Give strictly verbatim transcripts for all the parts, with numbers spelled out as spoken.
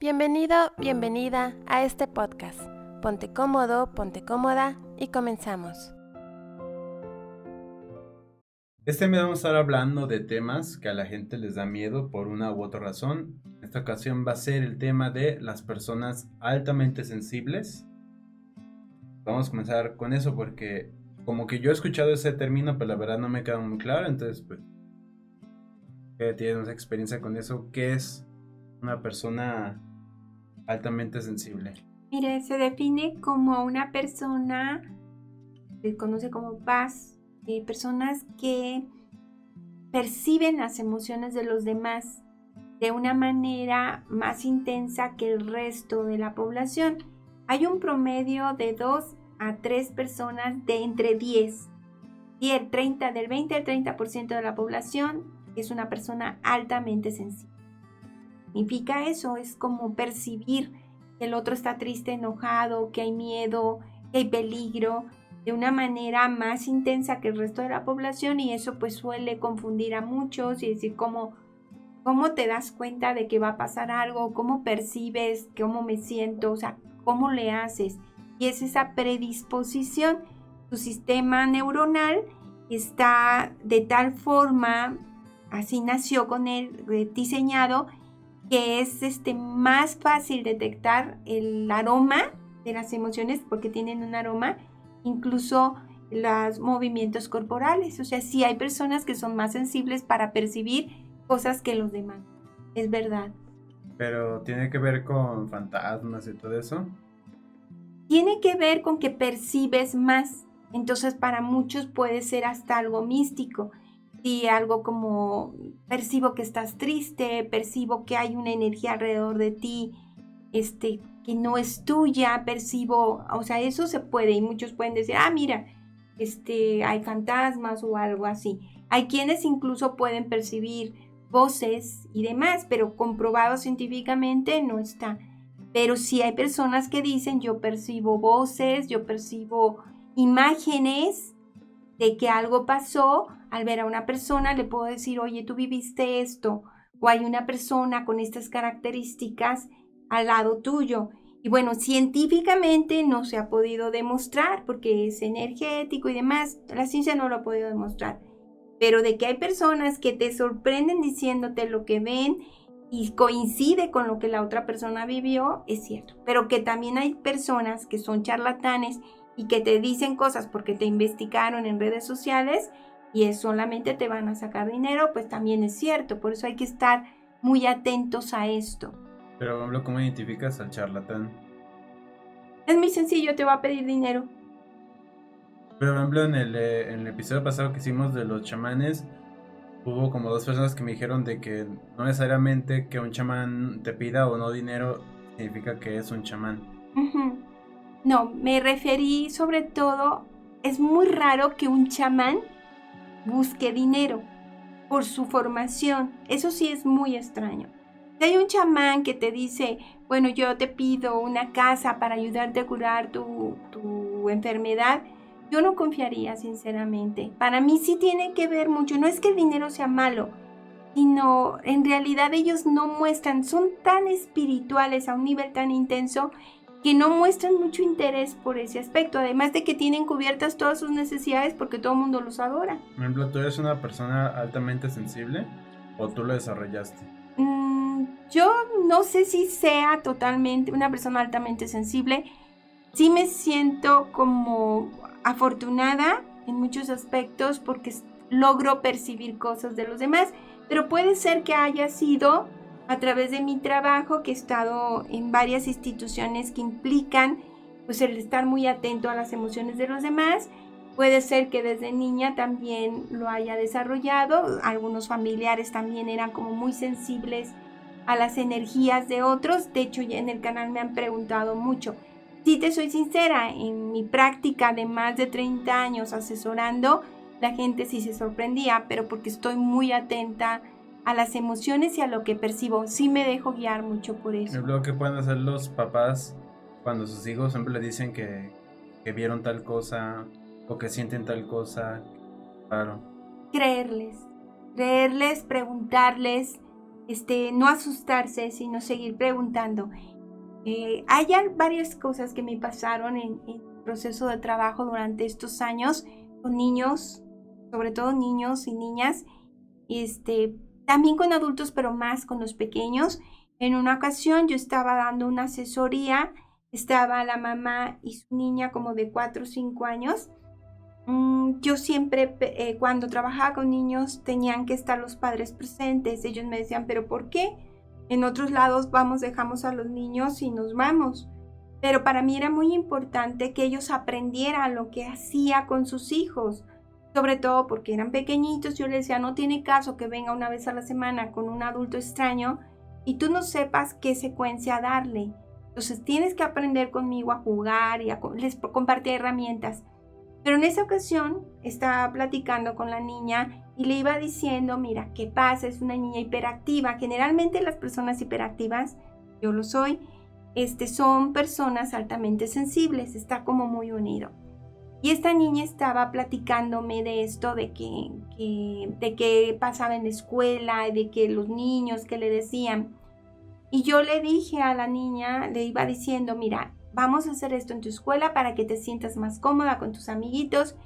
Bienvenido, bienvenida a este podcast. Ponte cómodo, ponte cómoda y comenzamos. Este mes vamos a estar hablando de temas que a la gente les da miedo por una u otra razón. En esta ocasión va a ser el tema de las personas altamente sensibles. Vamos a comenzar con eso porque como que yo he escuchado ese término, pero la verdad no me queda muy claro. Entonces, pues, que tienes experiencia con eso, ¿qué es una persona altamente sensible? Mire, se define como una persona, se conoce como paz, eh, personas que perciben las emociones de los demás de una manera más intensa que el resto de la población. Hay un promedio de dos a tres personas de entre diez, diez, treinta, del veinte al treinta por ciento de la población es una persona altamente sensible. Significa eso, es como percibir que el otro está triste, enojado, que hay miedo, que hay peligro, de una manera más intensa que el resto de la población, y eso pues suele confundir a muchos y decir cómo, cómo te das cuenta de que va a pasar algo, cómo percibes, cómo me siento, o sea, cómo le haces. Y es esa predisposición. Tu sistema neuronal está de tal forma, así nació con él, diseñado, que es este, más fácil detectar el aroma de las emociones porque tienen un aroma, incluso los movimientos corporales. O sea, sí hay personas que son más sensibles para percibir cosas que los demás. Es verdad. Pero tiene que ver con fantasmas y todo eso. Tiene que ver con que percibes más. Entonces, para muchos puede ser hasta algo místico. Y algo como percibo que estás triste, percibo que hay una energía alrededor de ti, este, que no es tuya, percibo, o sea, eso se puede, y muchos pueden decir, ah, mira, este, hay fantasmas o algo así. Hay quienes incluso pueden percibir voces y demás, pero comprobado científicamente no está. Pero sí hay personas que dicen, yo percibo voces, yo percibo imágenes de que algo pasó. Al ver a una persona le puedo decir, oye, tú viviste esto, o hay una persona con estas características al lado tuyo. Y bueno, científicamente no se ha podido demostrar porque es energético y demás, la ciencia no lo ha podido demostrar. Pero de que hay personas que te sorprenden diciéndote lo que ven y coincide con lo que la otra persona vivió, es cierto. Pero que también hay personas que son charlatanes y que te dicen cosas porque te investigaron en redes sociales y es solamente te van a sacar dinero, pues también es cierto. Por eso hay que estar muy atentos a esto. Pero, por ejemplo, ¿cómo identificas al charlatán? Es muy sencillo, te va a pedir dinero. Pero, por ejemplo, en el, eh, en el episodio pasado que hicimos de los chamanes, hubo como dos personas que me dijeron de que no necesariamente que un chamán te pida o no dinero significa que es un chamán. Uh-huh. No, me referí sobre todo, es muy raro que un chamán busque dinero por su formación. Eso sí es muy extraño. Si hay un chamán que te dice, bueno, yo te pido una casa para ayudarte a curar tu, tu enfermedad, yo no confiaría sinceramente. Para mí sí tiene que ver mucho, no es que el dinero sea malo, sino en realidad ellos no muestran, son tan espirituales a un nivel tan intenso que no muestran mucho interés por ese aspecto, además de que tienen cubiertas todas sus necesidades porque todo el mundo los adora. Por ejemplo, ¿tú eres una persona altamente sensible o tú lo desarrollaste? Mm, yo no sé si sea totalmente una persona altamente sensible. Sí me siento como afortunada en muchos aspectos porque logro percibir cosas de los demás, pero puede ser que haya sido a través de mi trabajo, que he estado en varias instituciones que implican pues el estar muy atento a las emociones de los demás. Puede ser que desde niña también lo haya desarrollado. Algunos familiares también eran como muy sensibles a las energías de otros. De hecho, ya en el canal me han preguntado mucho. Si te soy sincera, en mi práctica de más de treinta años asesorando, la gente sí se sorprendía, pero porque estoy muy atenta a las emociones y a lo que percibo. Sí me dejo guiar mucho por eso. Lo que pueden hacer los papás cuando sus hijos siempre le dicen que, que vieron tal cosa o que sienten tal cosa, claro. Creerles, creerles, preguntarles, este, no asustarse, sino seguir preguntando. Eh, hay varias cosas que me pasaron en el proceso de trabajo durante estos años con niños, sobre todo niños y niñas, este, también con adultos, pero más con los pequeñños. En una ocasión yo estaba dando una asesoría, estaba la mamá y su niña como de cuatro o cinco años. Mm, yo siempre, eh, cuando trabajaba con niños, tenían que estar los padres presentes. Ellos me decían, ¿pero por qué? En otros lados vamos, dejamos a los niños y nos vamos. Pero para mí era muy importante que ellos aprendieran lo que hacía con sus hijos. Sobre todo porque eran pequeñitos. Yo les decía, no tiene caso que venga una vez a la semana con un adulto extraño y tú no sepas qué secuencia darle. Entonces tienes que aprender conmigo a jugar y a les compartir herramientas. Pero en esa ocasión estaba platicando con la niña y le iba diciendo, mira, ¿qué pasa? Es una niña hiperactiva. Generalmente las personas hiperactivas, yo lo soy, este, son personas altamente sensibles. Está como muy unido. Y esta niña estaba platicándome de esto, de que, que, de que pasaba en la escuela, de que los niños que le decían. Y yo le dije a la niña, le iba diciendo, mira, vamos a hacer esto en tu escuela para que te sientas más cómoda con tus amiguitos.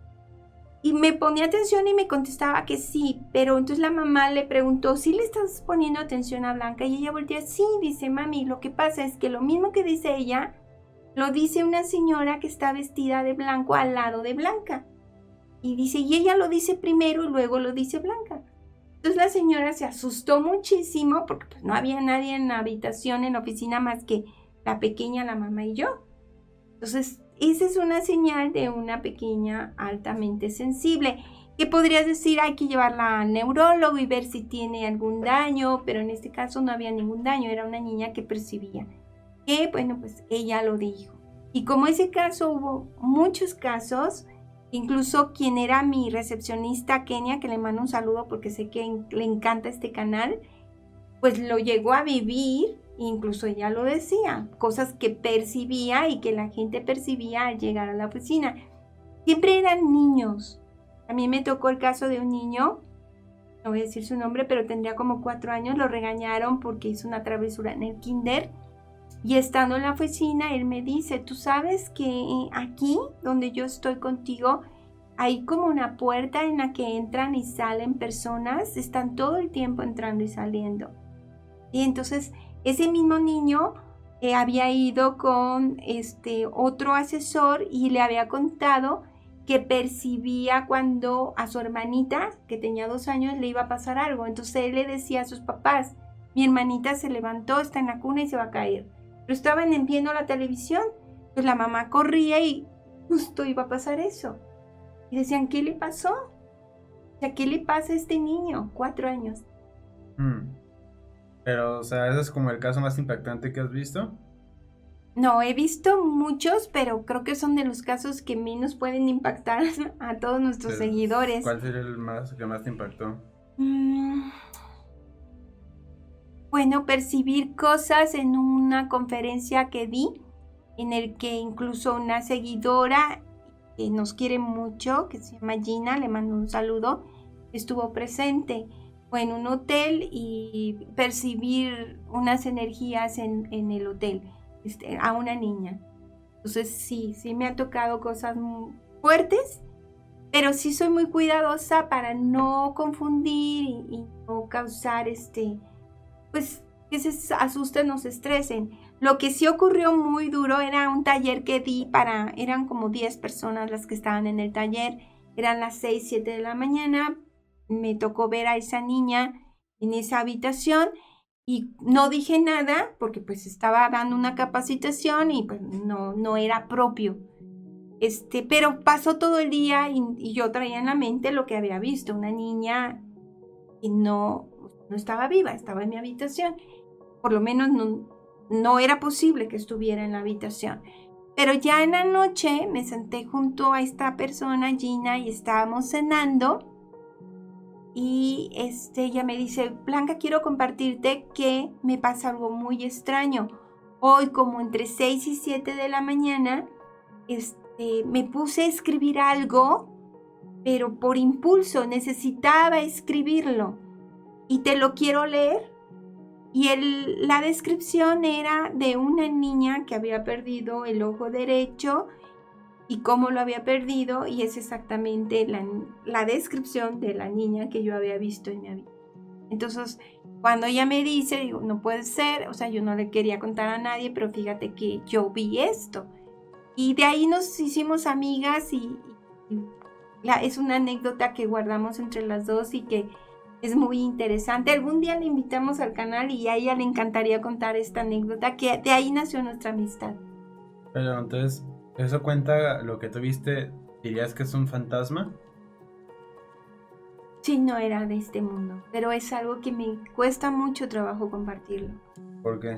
Y me ponía atención y me contestaba que sí, pero entonces la mamá le preguntó, ¿sí le estás poniendo atención a Blanca? Y ella voltea, sí, dice, mami, lo que pasa es que lo mismo que dice ella, lo dice una señora que está vestida de blanco al lado de Blanca. Y dice, y ella lo dice primero y luego lo dice Blanca. Entonces la señora se asustó muchísimo porque pues, no había nadie en la habitación, en la oficina, más que la pequeña, la mamá y yo. Entonces, esa es una señal de una pequeña altamente sensible. ¿Qué podrías decir? Hay que llevarla al neurólogo y ver si tiene algún daño, pero en este caso no había ningún daño, era una niña que percibía. Que, bueno, pues ella lo dijo. Y como ese caso hubo muchos casos, incluso quien era mi recepcionista, Kenia, que le mando un saludo porque sé que le encanta este canal, pues lo llegó a vivir. Incluso ella lo decía, cosas que percibía y que la gente percibía al llegar a la oficina. Siempre eran niños. A mí me tocó el caso de un niño, no voy a decir su nombre, pero tendría como cuatro años, lo regañaron porque hizo una travesura en el kinder. Y estando en la oficina, él me dice, tú sabes que aquí, donde yo estoy contigo, hay como una puerta en la que entran y salen personas, están todo el tiempo entrando y saliendo. Y entonces ese mismo niño eh, había ido con este otro asesor y le había contado que percibía cuando a su hermanita, que tenía dos años, le iba a pasar algo. Entonces él le decía a sus papás, mi hermanita se levantó, está en la cuna y se va a caer. Pero estaban viendo la televisión, pues la mamá corría y justo iba a pasar eso. Y decían, ¿qué le pasó? O sea, ¿qué le pasa a este niño? Cuatro años. Hmm. Pero, o sea, ¿ese es como el caso más impactante que has visto? No, he visto muchos, pero creo que son de los casos que menos pueden impactar a todos nuestros Pero, seguidores. ¿cuál sería el más que más te impactó? Mm, bueno, percibir cosas en una conferencia que di, en el que incluso una seguidora que nos quiere mucho, que se llama Gina, le mando un saludo, estuvo presente. Fue en un hotel y percibir unas energías en, en el hotel este, a una niña. Entonces sí, sí me ha tocado cosas muy fuertes, pero sí soy muy cuidadosa para no confundir y, y no causar este, pues que se asusten o se estresen. Lo que sí ocurrió muy duro era un taller que di para, eran como diez personas las que estaban en el taller, eran las seis, siete de la mañana. Me tocó ver a esa niña en esa habitación y no dije nada porque pues estaba dando una capacitación y pues no, no era propio. Este, pero pasó todo el día y, y yo traía en la mente lo que había visto, una niña que no, no estaba viva, estaba en mi habitación. Por lo menos no, no era posible que estuviera en la habitación. Pero ya en la noche me senté junto a esta persona, Gina, y estábamos cenando. Y este, ella me dice, Blanca, quiero compartirte que me pasa algo muy extraño. Hoy, como entre seis y siete de la mañana, este, me puse a escribir algo, pero por impulso necesitaba escribirlo. Y te lo quiero leer Y el, la descripción era de una niña que había perdido el ojo derecho y cómo lo había perdido, y es exactamente la, la descripción de la niña que yo había visto en mi vida. Entonces, cuando ella me dice, digo, no puede ser, o sea, yo no le quería contar a nadie, pero fíjate que yo vi esto. Y de ahí nos hicimos amigas y, y la, es una anécdota que guardamos entre las dos y que es muy interesante. Algún día le invitamos al canal y a ella le encantaría contar esta anécdota, que de ahí nació nuestra amistad. Pero entonces, ¿eso cuenta lo que tuviste? ¿Dirías que es un fantasma? Sí, no era de este mundo, pero es algo que me cuesta mucho trabajo compartirlo. ¿Por qué?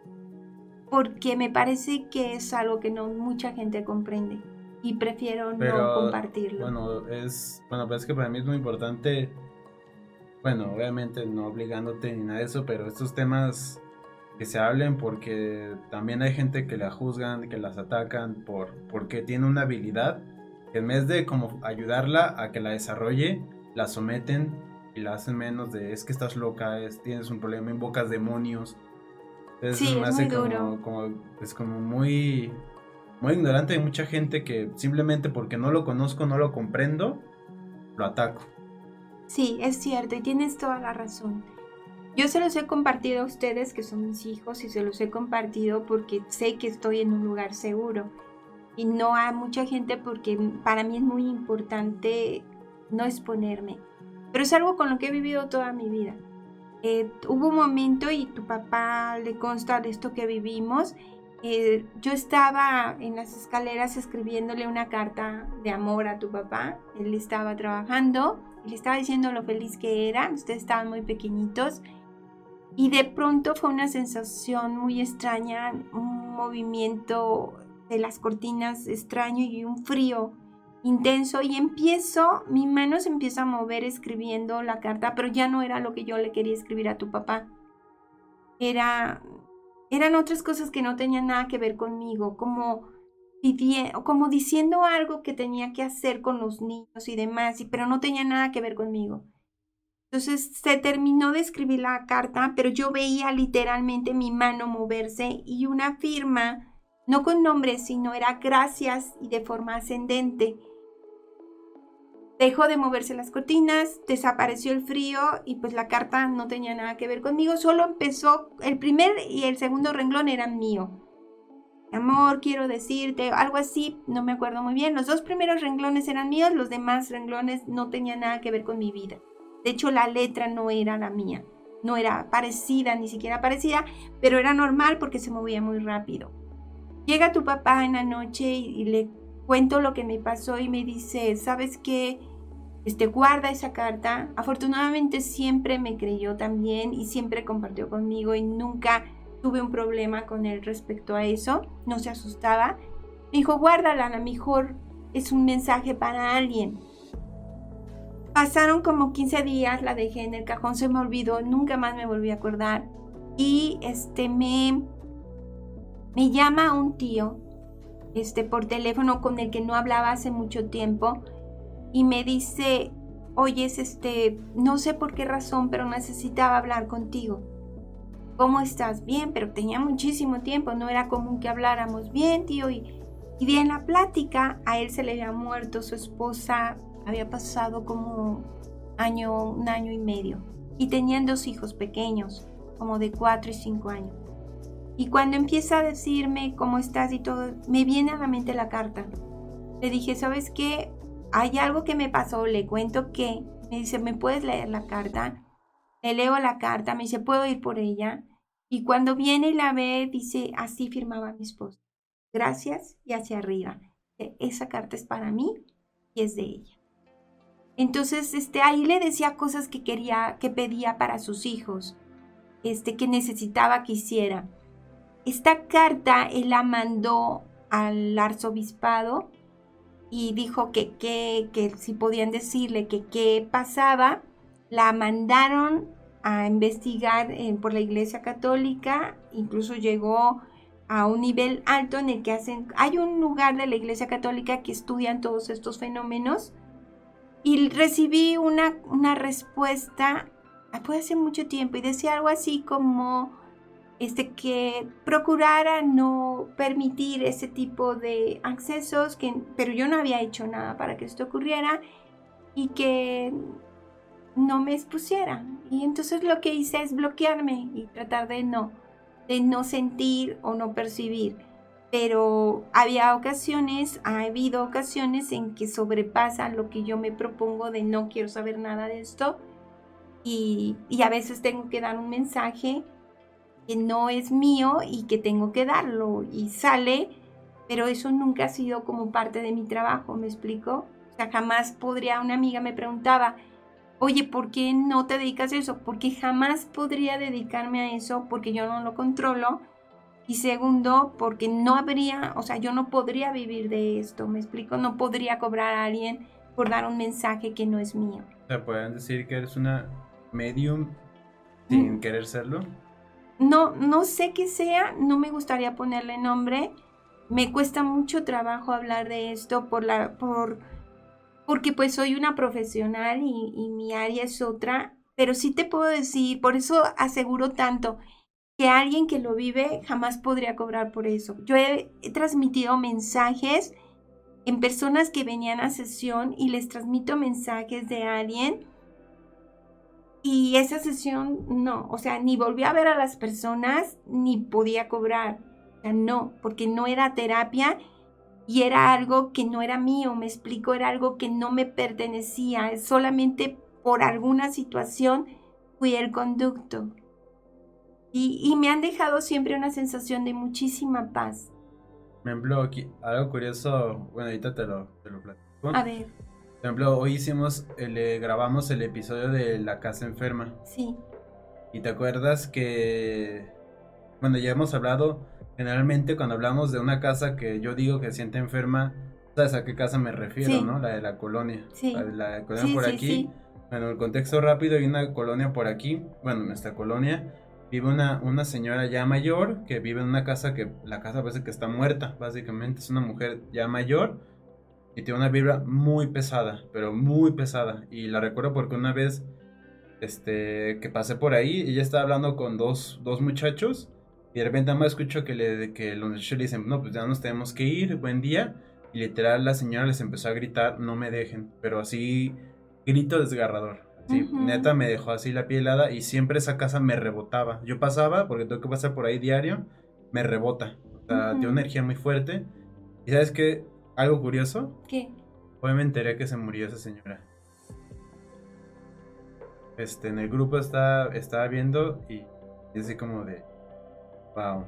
Porque me parece que es algo que no mucha gente comprende y prefiero Pero, no compartirlo. Bueno, es, bueno, pues es que para mí es muy importante, bueno, obviamente no obligándote ni nada de eso, pero estos temas que se hablen, porque también hay gente que la juzgan, que las atacan por porque tiene una habilidad, que en vez de como ayudarla a que la desarrolle, la someten y la hacen menos de es que estás loca, es, tienes un problema, invocas demonios. Entonces, sí, me es hace muy como, duro. como, es como muy, muy ignorante. Hay mucha gente que simplemente porque no lo conozco, no lo comprendo, lo ataco. Sí, es cierto y tienes toda la razón. Yo se los he compartido a ustedes, que son mis hijos, y se los he compartido porque sé que estoy en un lugar seguro. Y no a mucha gente porque para mí es muy importante no exponerme. Pero es algo con lo que he vivido toda mi vida. Eh, hubo un momento, y tu papá le consta de esto que vivimos, eh, yo estaba en las escaleras escribiéndole una carta de amor a tu papá. Él estaba trabajando, le estaba diciendo lo feliz que era, ustedes estaban muy pequeñitos, y de pronto fue una sensación muy extraña, un movimiento de las cortinas extraño y un frío intenso, y empiezo, mi mano se empieza a mover escribiendo la carta, pero ya no era lo que yo le quería escribir a tu papá. Era, eran otras cosas que no tenían nada que ver conmigo, como, pidiendo, como diciendo algo que tenía que hacer con los niños y demás, y, pero no tenía nada que ver conmigo. Entonces se terminó de escribir la carta, pero yo veía literalmente mi mano moverse y una firma, no con nombre, sino era gracias y de forma ascendente. Dejó de moverse las cortinas, desapareció el frío y pues la carta no tenía nada que ver conmigo, solo empezó, el primer y el segundo renglón eran mío. Amor, quiero decirte, algo así, no me acuerdo muy bien. Los dos primeros renglones eran míos, los demás renglones no tenían nada que ver con mi vida. De hecho, la letra no era la mía, no era parecida, ni siquiera parecida, pero era normal porque se movía muy rápido. Llega tu papá en la noche y, y le cuento lo que me pasó y me dice, ¿sabes qué? Este, guarda esa carta. Afortunadamente siempre me creyó también y siempre compartió conmigo y nunca tuve un problema con él respecto a eso, no se asustaba. Me dijo, guárdala, a lo mejor es un mensaje para alguien. Pasaron como quince días, la dejé en el cajón, se me olvidó, nunca más me volví a acordar. Y este me, me llama un tío este, por teléfono con el que no hablaba hace mucho tiempo y me dice, oye, este, no sé por qué razón, pero necesitaba hablar contigo. ¿Cómo estás? Bien, pero tenía muchísimo tiempo, no era común que habláramos. Bien, tío, y, y bien la plática, a él se le había muerto su esposa, había pasado como año, un año y medio y tenían dos hijos pequeños, como de cuatro y cinco años. Y cuando empieza a decirme cómo estás y todo, me viene a la mente la carta. Le dije, ¿sabes qué? Hay algo que me pasó, le cuento que, me dice, ¿me puedes leer la carta? Le leo la carta, me dice, ¿puedo ir por ella? Y cuando viene y la ve, dice, así firmaba mi esposo. Gracias y hacia arriba. Esa carta es para mí y es de ella. Entonces, este, ahí le decía cosas que quería, que pedía para sus hijos, este, que necesitaba que hiciera. Esta carta él la mandó al arzobispado y dijo que, que, que si podían decirle que qué pasaba. La mandaron a investigar eh, por la Iglesia Católica, incluso llegó a un nivel alto en el que hacen, hay un lugar de la Iglesia Católica que estudian todos estos fenómenos. Y recibí una, una respuesta fue hace mucho tiempo, y decía algo así como este, que procurara no permitir ese tipo de accesos, que, pero yo no había hecho nada para que esto ocurriera y que no me expusiera. Y entonces lo que hice es bloquearme y tratar de no, de no sentir o no percibir. Pero había ocasiones, ha habido ocasiones en que sobrepasan lo que yo me propongo de no quiero saber nada de esto, y, y a veces tengo que dar un mensaje que no es mío y que tengo que darlo y sale, pero eso nunca ha sido como parte de mi trabajo, ¿me explico? O sea, jamás podría, una amiga me preguntaba, oye, ¿por qué no te dedicas a eso? Porque jamás podría dedicarme a eso porque yo no lo controlo. Y segundo, porque no habría, o sea, yo no podría vivir de esto, ¿me explico? No podría cobrar a alguien por dar un mensaje que no es mío. O sea, ¿pueden decir que eres una medium sin mm. querer serlo? No, no sé qué sea, no me gustaría ponerle nombre. Me cuesta mucho trabajo hablar de esto por la, por, porque pues soy una profesional y, y mi área es otra, pero sí te puedo decir, por eso aseguro tanto, que alguien que lo vive jamás podría cobrar por eso. Yo he, he transmitido mensajes en personas que venían a sesión y les transmito mensajes de alguien y esa sesión no, o sea, ni volví a ver a las personas ni podía cobrar. O sea, no, porque no era terapia y era algo que no era mío, me explico, era algo que no me pertenecía, solamente por alguna situación fui el conducto. Y, y me han dejado siempre una sensación de muchísima paz. Por ejemplo, aquí, algo curioso, bueno, ahorita te lo, te lo platico. A ver. Por ejemplo, hoy hicimos, el, eh, grabamos el episodio de La Casa Enferma. Sí. Y te acuerdas que, bueno, ya hemos hablado, generalmente cuando hablamos de una casa que yo digo que se siente enferma, ¿sabes a qué casa me refiero, sí. no? La de la colonia. Sí. La de la colonia sí, por sí, aquí. Sí. Bueno, el contexto rápido, hay una colonia por aquí, bueno, nuestra colonia. Vive una, una señora ya mayor que vive en una casa que la casa parece que está muerta, básicamente. Es una mujer ya mayor y tiene una vibra muy pesada, pero muy pesada. Y la recuerdo porque una vez este, que pasé por ahí, ella estaba hablando con dos, dos muchachos y de repente me escucho que, le, que los muchachos le dicen, no, pues ya nos tenemos que ir, buen día. Y literal la señora les empezó a gritar, no me dejen, pero así, grito desgarrador. Sí, uh-huh. Neta me dejó así la piel helada y siempre esa casa me rebotaba. Yo pasaba, porque tengo que pasar por ahí diario, me rebota. O sea, uh-huh. Tiene una energía muy fuerte. ¿Y sabes qué? ¿Algo curioso? ¿Qué? Hoy me enteré que se murió esa señora. Este, en el grupo estaba, estaba viendo y es así como de... Wow.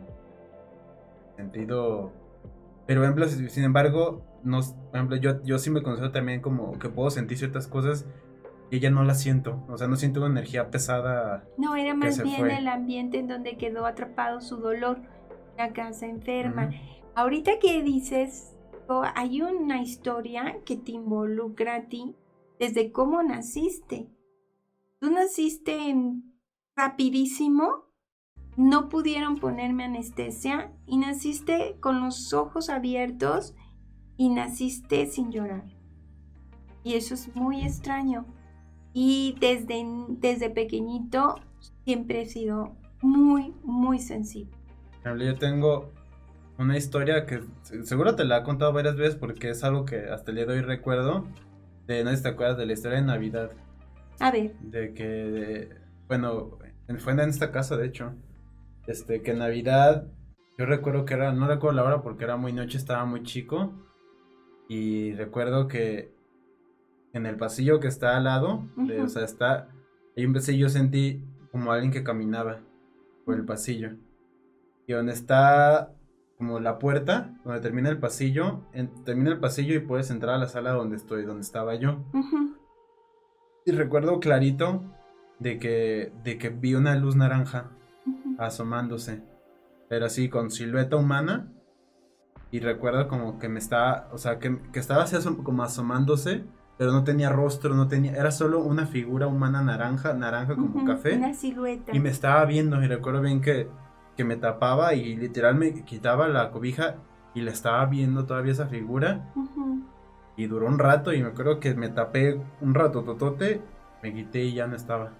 Sentido... Pero, por ejemplo, sin embargo, no, por ejemplo, yo, yo sí me considero también como que puedo sentir ciertas cosas y ella no la siento, o sea, no siento una energía pesada. No, era más bien fue. El ambiente en donde quedó atrapado su dolor, la casa enferma. Uh-huh. Ahorita que dices, hay una historia que te involucra a ti desde cómo naciste. Tú naciste en, rapidísimo, no pudieron ponerme anestesia y naciste con los ojos abiertos y naciste sin llorar. Y eso es muy extraño. Y desde, desde pequeñito siempre he sido muy, muy sensible. Yo tengo una historia que seguro te la he contado varias veces porque es algo que hasta el día de hoy recuerdo. De, no sé si te acuerdas de la historia de Navidad. A ver. De que, de, bueno, fue en esta casa de hecho. Este, que en Navidad, yo recuerdo que era, no recuerdo la hora porque era muy noche, estaba muy chico. Y recuerdo que en el pasillo que está al lado, uh-huh. de, o sea, está, ahí empecé, yo sentí como alguien que caminaba por el pasillo. Y donde está como la puerta, donde termina el pasillo, en, termina el pasillo y puedes entrar a la sala donde estoy, donde estaba yo. Uh-huh. Y recuerdo clarito de que, de que vi una luz naranja uh-huh. asomándose, pero así con silueta humana. Y recuerdo como que me estaba, o sea, que, que estaba así asom- como asomándose, pero no tenía rostro, no tenía, era solo una figura humana naranja, naranja como uh-huh, café. Una silueta. Y me estaba viendo y recuerdo bien que, que me tapaba y literal me quitaba la cobija y la estaba viendo todavía esa figura. Uh-huh. Y duró un rato y me acuerdo que me tapé un rato totote, me quité y ya no estaba.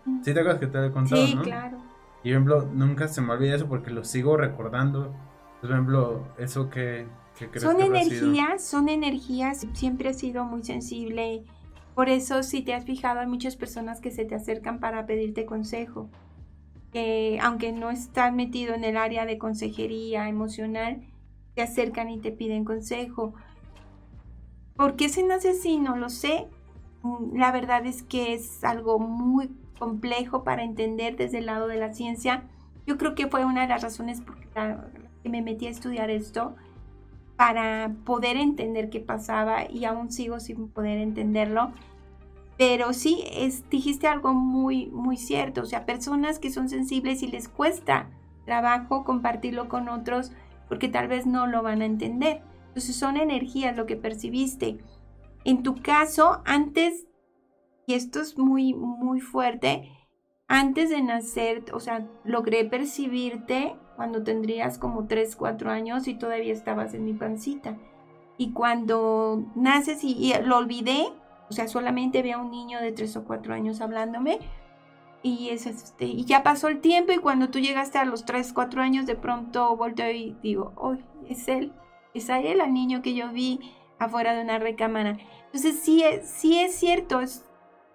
¿Sí te acuerdas que te había contado, Sí, no? claro. Y, por ejemplo, nunca se me olvida eso porque lo sigo recordando. Por ejemplo, eso que, que crees Son que habrá sido. energías, son energías, siempre he sido muy sensible. Por eso, si te has fijado, hay muchas personas que se te acercan para pedirte consejo. Que aunque no estás metido en el área de consejería emocional, te acercan y te piden consejo. ¿Por qué se nace así? No lo sé. La verdad es que es algo muy complejo para entender desde el lado de la ciencia. Yo creo que fue una de las razones por la que me metí a estudiar esto, para poder entender qué pasaba, y aún sigo sin poder entenderlo. Pero sí, es, dijiste algo muy, muy cierto. O sea, personas que son sensibles y les cuesta trabajo compartirlo con otros porque tal vez no lo van a entender. Entonces son energías lo que percibiste. En tu caso, antes, y esto es muy, muy fuerte, antes de nacer, o sea, logré percibirte cuando tendrías como tres, cuatro años y todavía estabas en mi pancita. Y cuando naces y, y lo olvidé, o sea, solamente vi a un niño de tres o cuatro años hablándome, y, es este, y ya pasó el tiempo, y cuando tú llegaste a los tres, cuatro años, de pronto volteo y digo, oh, es él, es a él, al niño que yo vi afuera de una recámara. Entonces sí es, sí es cierto, es,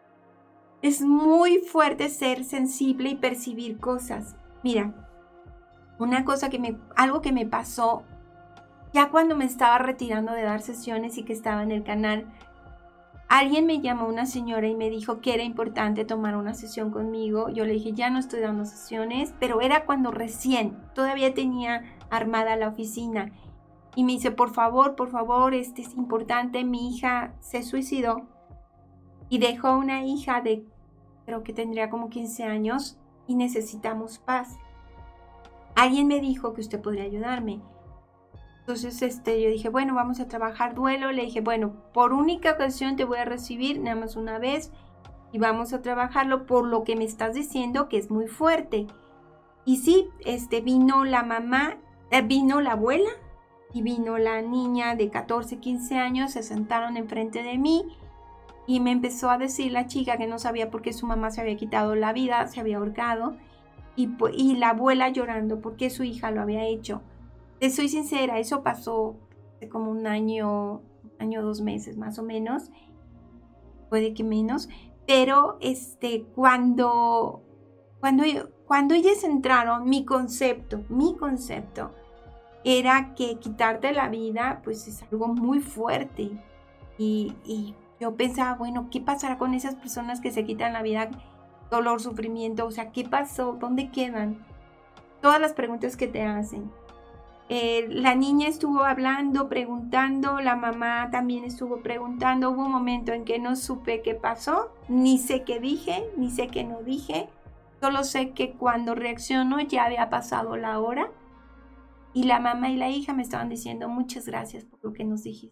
es muy fuerte ser sensible y percibir cosas. Mira, una cosa que me, algo que me pasó ya cuando me estaba retirando de dar sesiones y que estaba en el canal, alguien me llamó, una señora, y me dijo que era importante tomar una sesión conmigo. Yo le dije, ya no estoy dando sesiones, pero era cuando recién, todavía tenía armada la oficina. Y me dice, por favor, por favor, este es importante, mi hija se suicidó y dejó una hija de, creo que tendría como quince años, y necesitamos paz. Alguien me dijo que usted podría ayudarme. Entonces este, yo dije, bueno, vamos a trabajar duelo. Le dije, bueno, por única ocasión te voy a recibir, nada más una vez, y vamos a trabajarlo por lo que me estás diciendo, que es muy fuerte. Y sí, este, vino la mamá, eh, vino la abuela y vino la niña de catorce, quince años, se sentaron enfrente de mí y me empezó a decir la chica que no sabía por qué su mamá se había quitado la vida, se había ahorcado, y, y la abuela llorando porque su hija lo había hecho. Te soy sincera, eso pasó hace como un año, año, dos meses más o menos, puede que menos, pero este, cuando, cuando, cuando ellas entraron, mi concepto, mi concepto era que quitarte la vida, pues es algo muy fuerte, y, y yo pensaba, bueno, ¿qué pasará con esas personas que se quitan la vida? Dolor, sufrimiento, o sea, ¿qué pasó? ¿Dónde quedan? Todas las preguntas que te hacen. Eh, la niña estuvo hablando, preguntando, la mamá también estuvo preguntando. Hubo un momento en que no supe qué pasó, ni sé qué dije, ni sé qué no dije. Solo sé que cuando reaccionó ya había pasado la hora, y la mamá y la hija me estaban diciendo, muchas gracias por lo que nos dijiste.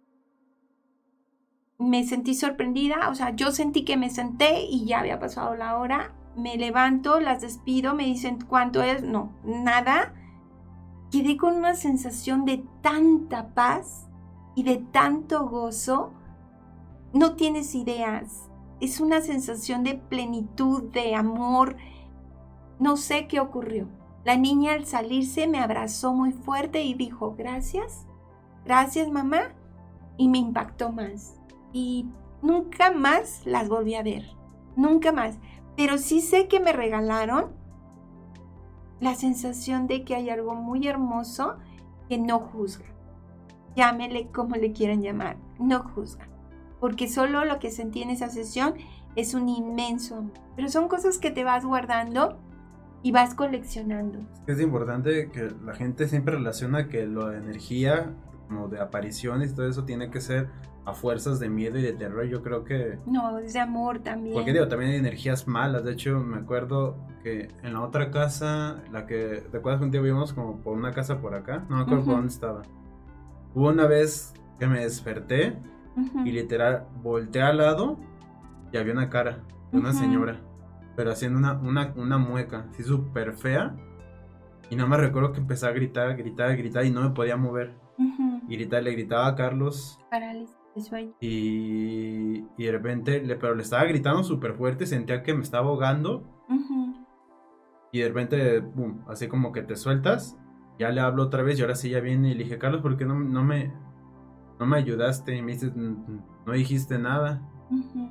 Me sentí sorprendida, o sea, yo sentí que me senté y ya había pasado la hora. Me levanto, las despido, me dicen, ¿cuánto es? No, nada. Quedé con una sensación de tanta paz y de tanto gozo. No tienes ideas. Es una sensación de plenitud, de amor. No sé qué ocurrió. La niña al salirse me abrazó muy fuerte y dijo, gracias, gracias mamá. Y me impactó más. Y nunca más las volví a ver. Nunca más. Pero sí sé que me regalaron la sensación de que hay algo muy hermoso que no juzga. Llámele como le quieran llamar, no juzga. Porque solo lo que sentí en esa sesión es un inmenso amor. Pero son cosas que te vas guardando y vas coleccionando. Es importante que la gente siempre relaciona que la energía, como de apariciones y todo eso, tiene que ser a fuerzas de miedo y de terror. Yo creo que... No, es de amor también. Porque digo, también hay energías malas. De hecho, me acuerdo que en la otra casa, la que... ¿Te acuerdas que un día vimos como por una casa por acá? No me acuerdo uh-huh. por dónde estaba. Hubo una vez que me desperté uh-huh. y literal volteé al lado y había una cara de una uh-huh. señora, pero haciendo una, una, una mueca así súper fea. Y no me recuerdo que empecé a gritar, gritar, gritar y no me podía mover. Uh-huh. Y gritar, le gritaba a Carlos. Parálisis. de sueño. Y, y de repente, le, pero le estaba gritando súper fuerte, sentía que me estaba ahogando. Uh-huh. Y de repente, boom, así como que te sueltas. Ya le hablo otra vez y ahora sí ya viene. Y le dije, Carlos, ¿por qué no, no, me, no me ayudaste? Y me dices, no dijiste nada. Uh-huh.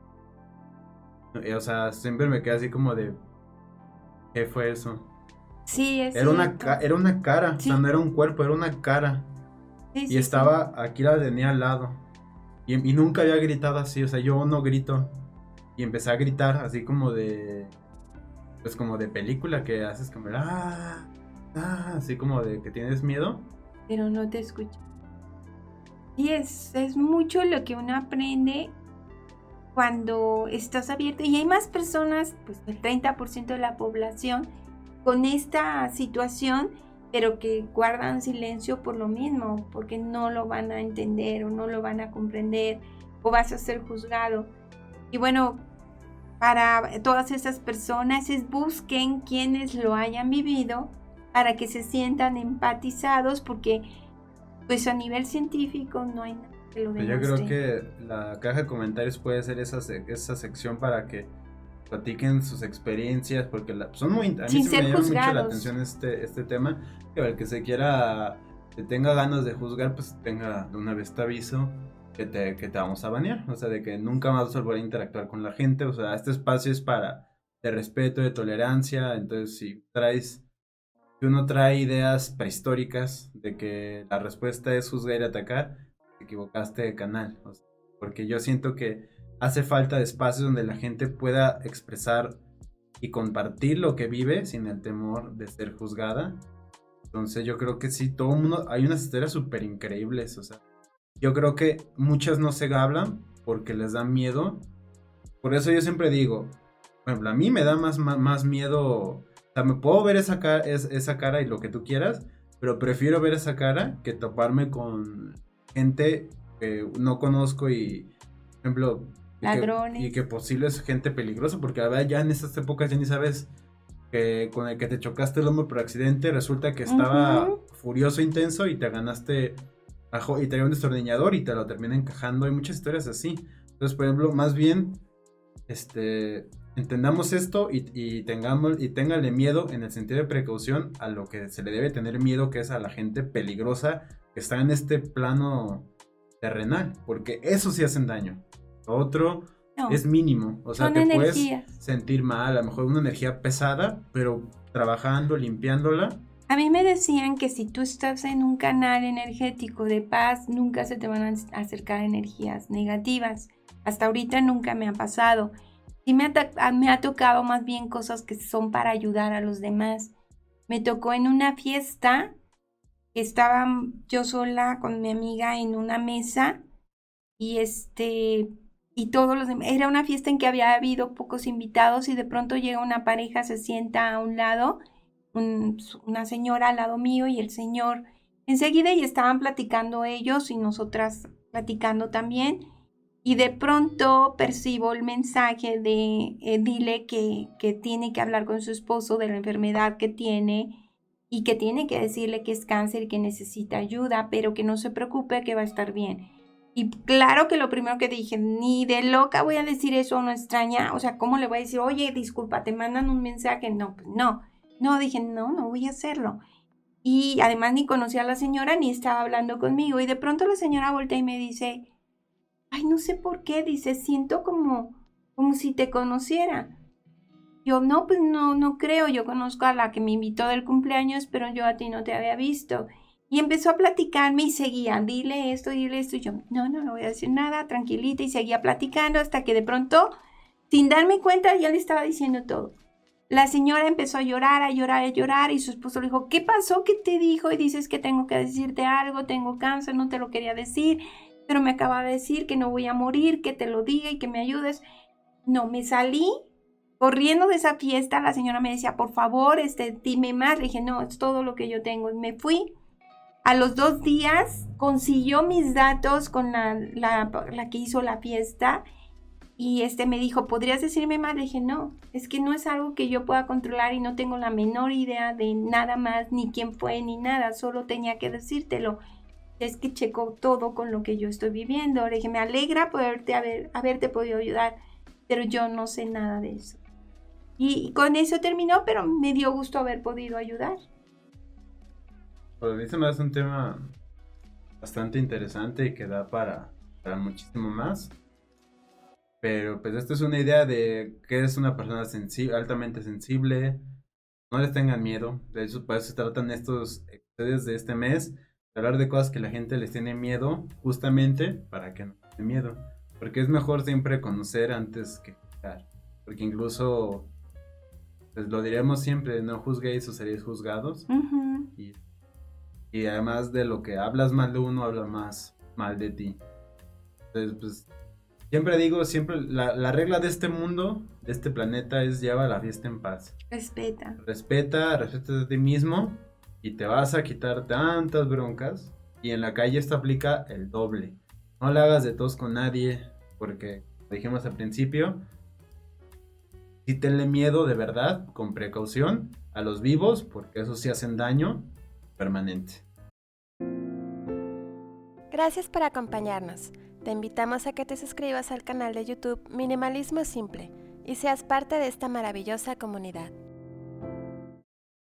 Y, o sea, siempre me quedé así como de, ¿qué fue eso? Sí, es Era una, cierto. ca- era una cara, Sí. o sea, no era un cuerpo, era una cara. Sí, Y sí, estaba, aquí la tenía al lado. Y, y nunca había gritado así, o sea, yo no grito. Y empecé a gritar así como de, pues como de película que haces como, ah, ah, así como de que tienes miedo. sí, pero no te escucho. Y es, es mucho lo que uno aprende cuando estás abierto. Y hay más personas, pues el treinta por ciento de la población, con esta situación, pero que guardan silencio por lo mismo, porque no lo van a entender o no lo van a comprender o vas a ser juzgado. Y bueno, para todas esas personas es busquen quienes lo hayan vivido para que se sientan empatizados, porque pues a nivel científico no hay nada que lo Yo demuestre. creo que la caja de comentarios puede ser esa, se- esa sección para que platiquen sus experiencias, porque la- son muy, a mí Sin se me ser llama mucho la juzgados. atención este, este tema, que el que se quiera, que tenga ganas de juzgar, pues tenga de una vez te aviso que te, que te vamos a banear, o sea, de que nunca más vas a volver a interactuar con la gente, o sea, este espacio es para de respeto, de tolerancia, entonces si traes, si uno trae ideas prehistóricas de que la respuesta es juzgar y atacar, te equivocaste de canal, o sea, porque yo siento que hace falta de espacios donde la gente pueda expresar y compartir lo que vive sin el temor de ser juzgada. Entonces yo creo que sí, todo el mundo, hay unas historias súper increíbles, o sea, yo creo que muchas no se hablan porque les da miedo. Por eso yo siempre digo, por ejemplo, a mí me da más, más, más miedo, o sea, me puedo ver esa cara, es, esa cara y lo que tú quieras, pero prefiero ver esa cara que toparme con gente que no conozco y, por ejemplo, y que, Ladrones. y que posible es gente peligrosa, porque a ver, ya en estas épocas ya ni sabes que con el que te chocaste el hombro por accidente resulta que estaba Ujú. furioso, intenso y te ganaste ajo- y traía un destornillador y te lo termina encajando. Hay muchas historias así. Entonces, por ejemplo, más bien, este, entendamos esto y, y tengamos y téngale miedo en el sentido de precaución a lo que se le debe tener miedo, que es a la gente peligrosa que está en este plano terrenal, porque eso sí hacen daño. Lo otro No, es mínimo, o sea, son te puedes energías. sentir mal, a lo mejor una energía pesada, pero trabajando, limpiándola. A mí me decían que si tú estás en un canal energético de paz, nunca se te van a acercar energías negativas. Hasta ahorita nunca me ha pasado. Sí me ha, me ha tocado más bien cosas que son para ayudar a los demás. Me tocó en una fiesta que estaba yo sola con mi amiga en una mesa y este y todos los demás. Era una fiesta en que había habido pocos invitados y de pronto llega una pareja, se sienta a un lado, un, una señora al lado mío y el señor enseguida, y estaban platicando ellos y nosotras platicando también. Y de pronto percibo el mensaje de eh, dile que, que tiene que hablar con su esposo de la enfermedad que tiene y que tiene que decirle que es cáncer y que necesita ayuda, pero que no se preocupe, que va a estar bien. Y claro que lo primero que dije, ni de loca voy a decir eso a una extraña, o sea, ¿cómo le voy a decir, oye, disculpa, te mandan un mensaje? No, pues no, no, dije, no, no voy a hacerlo. Y además ni conocía a la señora ni estaba hablando conmigo, y de pronto la señora voltea y me dice, ay, no sé por qué, dice, siento como, como si te conociera. Yo, no, pues no, no creo, yo conozco a la que me invitó del cumpleaños, pero yo a ti no te había visto. Y empezó a platicarme y seguía, dile esto, dile esto. Y yo, no, no, no voy a decir nada, tranquilita. Y seguía platicando hasta que de pronto, sin darme cuenta, ya le estaba diciendo todo. La señora empezó a llorar, a llorar, a llorar. Y su esposo le dijo, ¿qué pasó? ¿Qué te dijo? Y dices que tengo que decirte algo, tengo cáncer, no te lo quería decir, pero me acaba de decir que no voy a morir, que te lo diga y que me ayudes. No, me salí corriendo de esa fiesta. La señora me decía, por favor, este, dime más. Le dije, no, es todo lo que yo tengo. Y me fui. A los dos días consiguió mis datos con la, la, la que hizo la fiesta y este me dijo, ¿podrías decirme más? Le dije, no, es que no es algo que yo pueda controlar y no tengo la menor idea de nada más, ni quién fue, ni nada, solo tenía que decírtelo. es que checo todo con lo que yo estoy viviendo. Le dije, me alegra poderte haber, haberte podido ayudar, pero yo no sé nada de eso. Y, y con eso terminó, pero me dio gusto haber podido ayudar. Pues a mí se me hace un tema bastante interesante y que da para, para muchísimo más. Pero pues esto es una idea de que eres una persona sensible, altamente sensible. No les tengan miedo. De eso, para eso se tratan estos episodios de este mes. De hablar de cosas que la gente les tiene miedo, justamente para que no tengan miedo. Porque es mejor siempre conocer antes que juzgar. Porque incluso, pues lo diremos siempre, no juzguéis o seréis juzgados. Uh-huh. Y, y además de lo que hablas mal de uno, habla más mal de ti. Entonces, pues, siempre digo, siempre, la, la regla de este mundo, de este planeta, es lleva la fiesta en paz. Respeta. Respeta, respeta a ti mismo y te vas a quitar tantas broncas. Y en la calle esto aplica el doble. No le hagas de tos con nadie, porque, como dijimos al principio, sí tenle miedo de verdad, con precaución, a los vivos, porque esos sí hacen daño permanente. Gracias por acompañarnos. Te invitamos a que te suscribas al canal de YouTube Minimalismo Simple y seas parte de esta maravillosa comunidad.